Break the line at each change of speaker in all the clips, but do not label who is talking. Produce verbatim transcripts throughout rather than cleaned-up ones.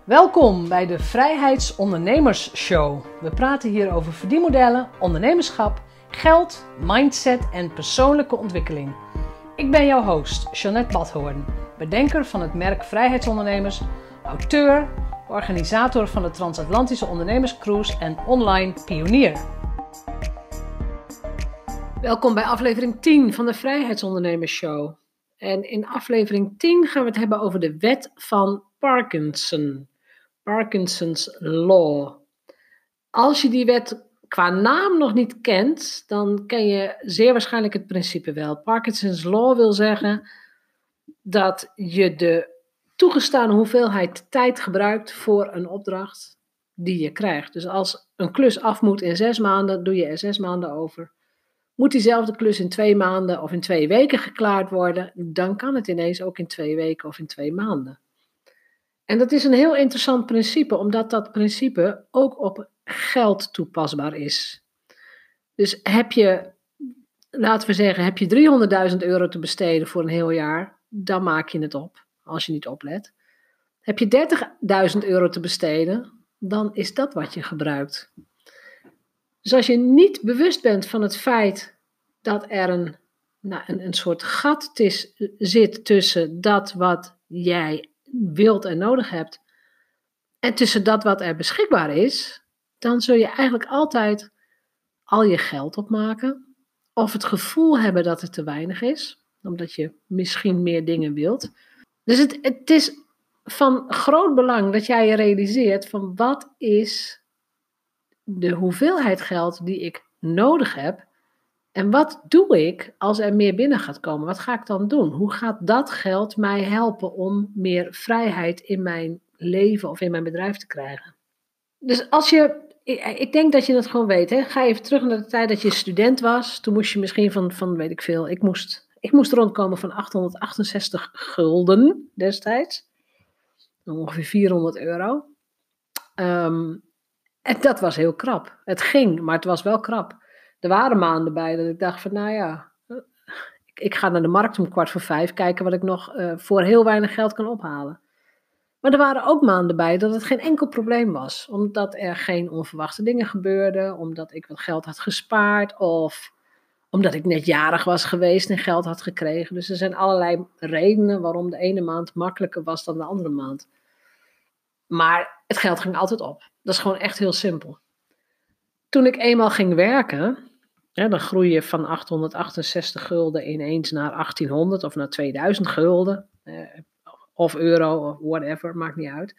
Welkom bij de Vrijheidsondernemers Show. We praten hier over verdienmodellen, ondernemerschap, geld, mindset en persoonlijke ontwikkeling. Ik ben jouw host, Jeanette Badhoorn, bedenker van het merk Vrijheidsondernemers, auteur, organisator van de Transatlantische Ondernemerscruise en online pionier. Welkom bij aflevering tien van de Vrijheidsondernemers Show. En in aflevering tien gaan we het hebben over de wet van Parkinson. Parkinson's Law. Als je die wet qua naam nog niet kent, dan ken je zeer waarschijnlijk het principe wel. Parkinson's Law wil zeggen dat je de toegestane hoeveelheid tijd gebruikt voor een opdracht die je krijgt. Dus als een klus af moet in zes maanden, doe je er zes maanden over. Moet diezelfde klus in twee maanden of in twee weken geklaard worden, dan kan het ineens ook in twee weken of in twee maanden. En dat is een heel interessant principe, omdat dat principe ook op geld toepasbaar is. Dus heb je, laten we zeggen, heb je driehonderdduizend euro te besteden voor een heel jaar, dan maak je het op, als je niet oplet. Heb je dertigduizend euro te besteden, dan is dat wat je gebruikt. Dus als je niet bewust bent van het feit dat er een, nou, een, een soort gat tis, zit tussen dat wat jij wilt en nodig hebt en tussen dat wat er beschikbaar is, dan zul je eigenlijk altijd al je geld opmaken of het gevoel hebben dat het te weinig is, omdat je misschien meer dingen wilt. Dus het, het is van groot belang dat jij je realiseert van wat is de hoeveelheid geld die ik nodig heb en wat doe ik als er meer binnen gaat komen? Wat ga ik dan doen? Hoe gaat dat geld mij helpen om meer vrijheid in mijn leven of in mijn bedrijf te krijgen? Dus als je, ik denk dat je dat gewoon weet, hè? Ga even terug naar de tijd dat je student was. Toen moest je misschien van, van weet ik veel, ik moest, ik moest rondkomen van achthonderdachtenzestig gulden destijds. Ongeveer vierhonderd euro. Um, en dat was heel krap. Het ging, maar het was wel krap. Er waren maanden bij dat ik dacht van, nou ja, ik, ik ga naar de markt om kwart voor vijf kijken wat ik nog uh, voor heel weinig geld kan ophalen. Maar er waren ook maanden bij dat het geen enkel probleem was. Omdat er geen onverwachte dingen gebeurden, omdat ik wat geld had gespaard of omdat ik net jarig was geweest en geld had gekregen. Dus er zijn allerlei redenen waarom de ene maand makkelijker was dan de andere maand. Maar het geld ging altijd op. Dat is gewoon echt heel simpel. Toen ik eenmaal ging werken, ja, dan groei je van achthonderdachtenzestig gulden ineens naar achttienhonderd of naar tweeduizend gulden. Eh, of euro of whatever, maakt niet uit.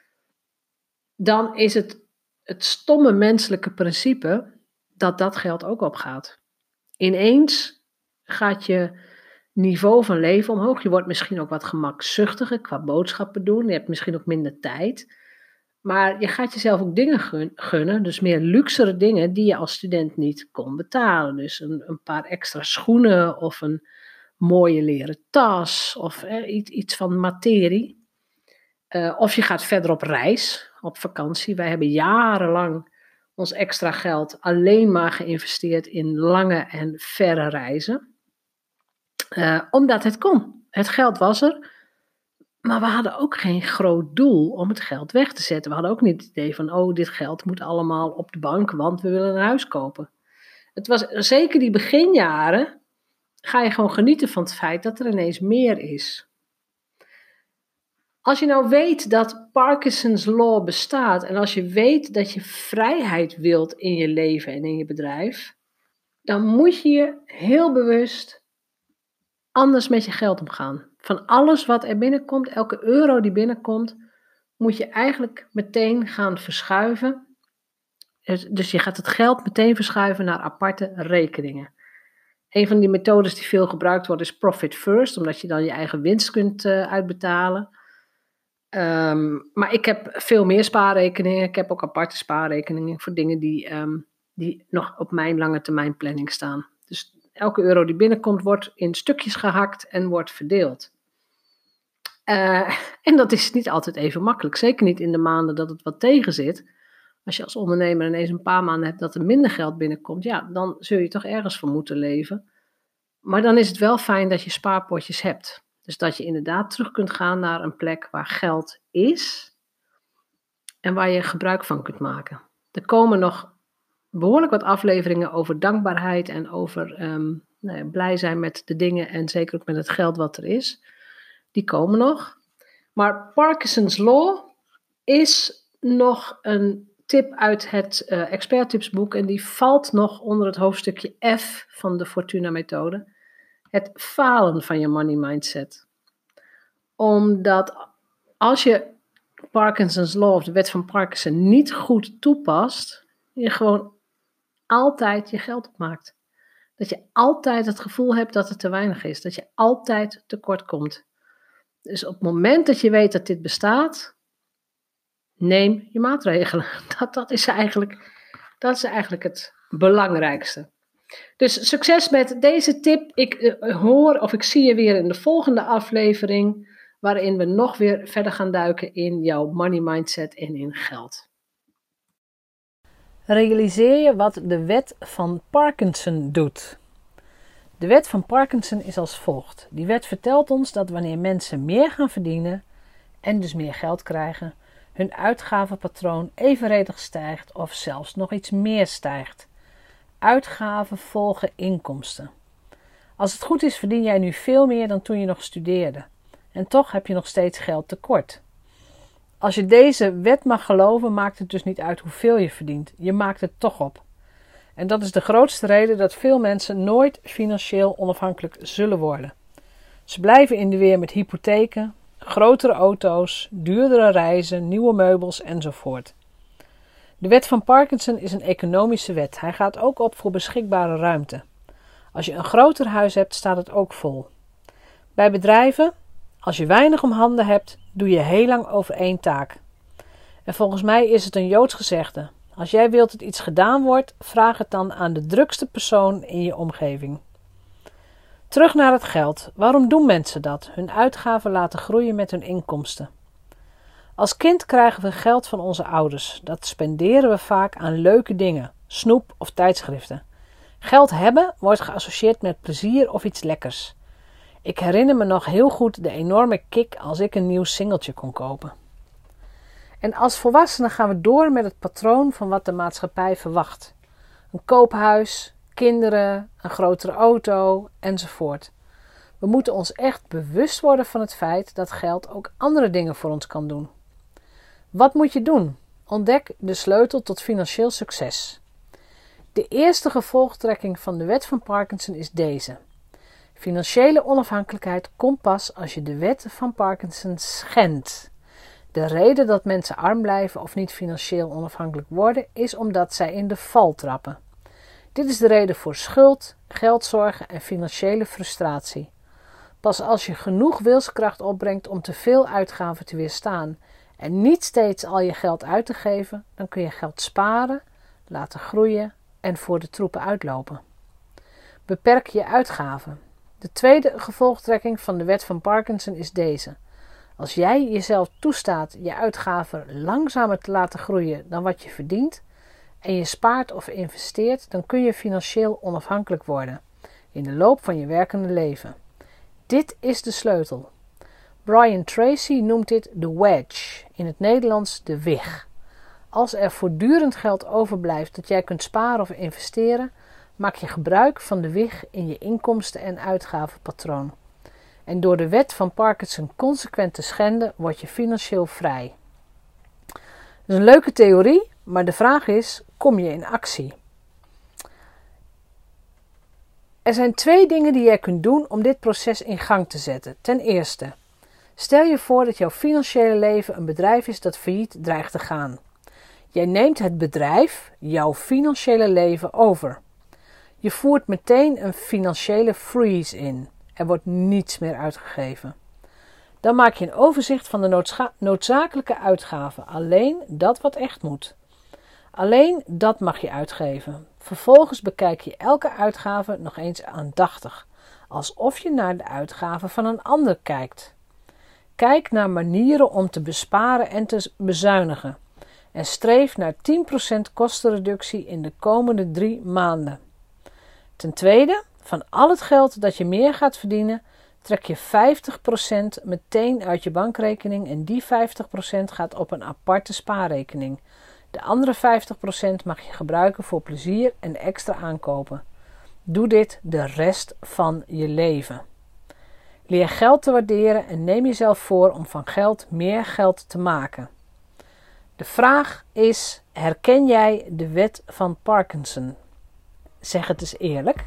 Dan is het het stomme menselijke principe dat dat geld ook opgaat. Ineens gaat je niveau van leven omhoog. Je wordt misschien ook wat gemakzuchtiger qua boodschappen doen. Je hebt misschien ook minder tijd. Maar je gaat jezelf ook dingen gun, gunnen, dus meer luxere dingen die je als student niet kon betalen. Dus een, een paar extra schoenen of een mooie leren tas of eh, iets, iets van materie. Uh, of je gaat verder op reis, op vakantie. Wij hebben jarenlang ons extra geld alleen maar geïnvesteerd in lange en verre reizen. Uh, omdat het kon. Het geld was er. Maar we hadden ook geen groot doel om het geld weg te zetten. We hadden ook niet het idee van, oh, dit geld moet allemaal op de bank, want we willen een huis kopen. Het was zeker die beginjaren, ga je gewoon genieten van het feit dat er ineens meer is. Als je nou weet dat Parkinson's Law bestaat en als je weet dat je vrijheid wilt in je leven en in je bedrijf, dan moet je je heel bewust anders met je geld omgaan. Van alles wat er binnenkomt, elke euro die binnenkomt, moet je eigenlijk meteen gaan verschuiven. Dus je gaat het geld meteen verschuiven naar aparte rekeningen. Een van die methodes die veel gebruikt wordt is Profit First, omdat je dan je eigen winst kunt uh, uitbetalen. Um, maar ik heb veel meer spaarrekeningen. Ik heb ook aparte spaarrekeningen voor dingen die, um, die nog op mijn lange termijn planning staan. Dus elke euro die binnenkomt wordt in stukjes gehakt en wordt verdeeld. Uh, en dat is niet altijd even makkelijk. Zeker niet in de maanden dat het wat tegen zit. Als je als ondernemer ineens een paar maanden hebt dat er minder geld binnenkomt, ja, dan zul je toch ergens van moeten leven. Maar dan is het wel fijn dat je spaarpotjes hebt. Dus dat je inderdaad terug kunt gaan naar een plek waar geld is. en waar je gebruik van kunt maken. Er komen nog behoorlijk wat afleveringen over dankbaarheid en over um, nou ja, blij zijn met de dingen en zeker ook met het geld wat er is. Die komen nog. Maar Parkinson's Law is nog een tip uit het uh, experttipsboek en die valt nog onder het hoofdstukje F van de Fortuna-methode. Het falen van je money mindset. Omdat als je Parkinson's Law of de wet van Parkinson niet goed toepast, je gewoon altijd je geld opmaakt. Dat je altijd het gevoel hebt dat het te weinig is. Dat je altijd tekort komt. Dus op het moment dat je weet dat dit bestaat, neem je maatregelen. Dat, dat, is, eigenlijk, dat is eigenlijk het belangrijkste. Dus succes met deze tip. Ik uh, hoor of ik zie je weer in de volgende aflevering, waarin we nog weer verder gaan duiken in jouw money mindset en in geld. Realiseer je wat de wet van Parkinson doet. De wet van Parkinson is als volgt. Die wet vertelt ons dat wanneer mensen meer gaan verdienen en dus meer geld krijgen, hun uitgavenpatroon evenredig stijgt of zelfs nog iets meer stijgt. Uitgaven volgen inkomsten. Als het goed is verdien jij nu veel meer dan toen je nog studeerde. En toch heb je nog steeds geld tekort. Als je deze wet mag geloven, maakt het dus niet uit hoeveel je verdient. Je maakt het toch op. En dat is de grootste reden dat veel mensen nooit financieel onafhankelijk zullen worden. Ze blijven in de weer met hypotheken, grotere auto's, duurdere reizen, nieuwe meubels enzovoort. De wet van Parkinson is een economische wet. Hij gaat ook op voor beschikbare ruimte. Als je een groter huis hebt, staat het ook vol. Bij bedrijven, als je weinig om handen hebt, doe je heel lang over één taak. En volgens mij is het een Joods gezegde. Als jij wilt dat iets gedaan wordt, vraag het dan aan de drukste persoon in je omgeving. Terug naar het geld. Waarom doen mensen dat? Hun uitgaven laten groeien met hun inkomsten. Als kind krijgen we geld van onze ouders. Dat spenderen we vaak aan leuke dingen, snoep of tijdschriften. Geld hebben wordt geassocieerd met plezier of iets lekkers. Ik herinner me nog heel goed de enorme kick als ik een nieuw singeltje kon kopen. En als volwassenen gaan we door met het patroon van wat de maatschappij verwacht. Een koophuis, kinderen, een grotere auto enzovoort. We moeten ons echt bewust worden van het feit dat geld ook andere dingen voor ons kan doen. Wat moet je doen? Ontdek de sleutel tot financieel succes. De eerste gevolgtrekking van de wet van Parkinson is deze. Financiële onafhankelijkheid komt pas als je de wet van Parkinson schendt. De reden dat mensen arm blijven of niet financieel onafhankelijk worden, is omdat zij in de val trappen. Dit is de reden voor schuld, geldzorgen en financiële frustratie. Pas als je genoeg wilskracht opbrengt om te veel uitgaven te weerstaan en niet steeds al je geld uit te geven, dan kun je geld sparen, laten groeien en voor de troepen uitlopen. Beperk je uitgaven. De tweede gevolgtrekking van de wet van Parkinson is deze. Als jij jezelf toestaat je uitgaven langzamer te laten groeien dan wat je verdient en je spaart of investeert, dan kun je financieel onafhankelijk worden in de loop van je werkende leven. Dit is de sleutel. Brian Tracy noemt dit de wedge, in het Nederlands de wig. Als er voortdurend geld overblijft dat jij kunt sparen of investeren, maak je gebruik van de wig in je inkomsten- en uitgavenpatroon. En door de wet van Parkinson consequent te schenden, word je financieel vrij. Dat is een leuke theorie, maar de vraag is, kom je in actie? Er zijn twee dingen die jij kunt doen om dit proces in gang te zetten. Ten eerste, stel je voor dat jouw financiële leven een bedrijf is dat failliet dreigt te gaan. Jij neemt het bedrijf, jouw financiële leven, over. Je voert meteen een financiële freeze in. Er wordt niets meer uitgegeven. Dan maak je een overzicht van de noodscha- noodzakelijke uitgaven. Alleen dat wat echt moet. Alleen dat mag je uitgeven. Vervolgens bekijk je elke uitgave nog eens aandachtig. Alsof je naar de uitgaven van een ander kijkt. Kijk naar manieren om te besparen en te bezuinigen. En streef naar tien procent kostenreductie in de komende drie maanden. Ten tweede, van al het geld dat je meer gaat verdienen, trek je vijftig procent meteen uit je bankrekening en die vijftig procent gaat op een aparte spaarrekening. De andere vijftig procent mag je gebruiken voor plezier en extra aankopen. Doe dit de rest van je leven. Leer geld te waarderen en neem jezelf voor om van geld meer geld te maken. De vraag is, herken jij de wet van Parkinson? Zeg het eens eerlijk.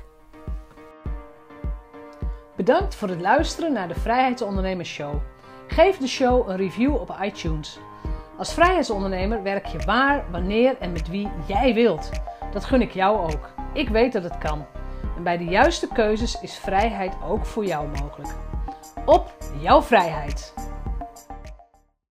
Bedankt voor het luisteren naar de Vrijheidsondernemers Show. Geef de show een review op iTunes. Als vrijheidsondernemer werk je waar, wanneer en met wie jij wilt. Dat gun ik jou ook. Ik weet dat het kan. En bij de juiste keuzes is vrijheid ook voor jou mogelijk. Op jouw vrijheid!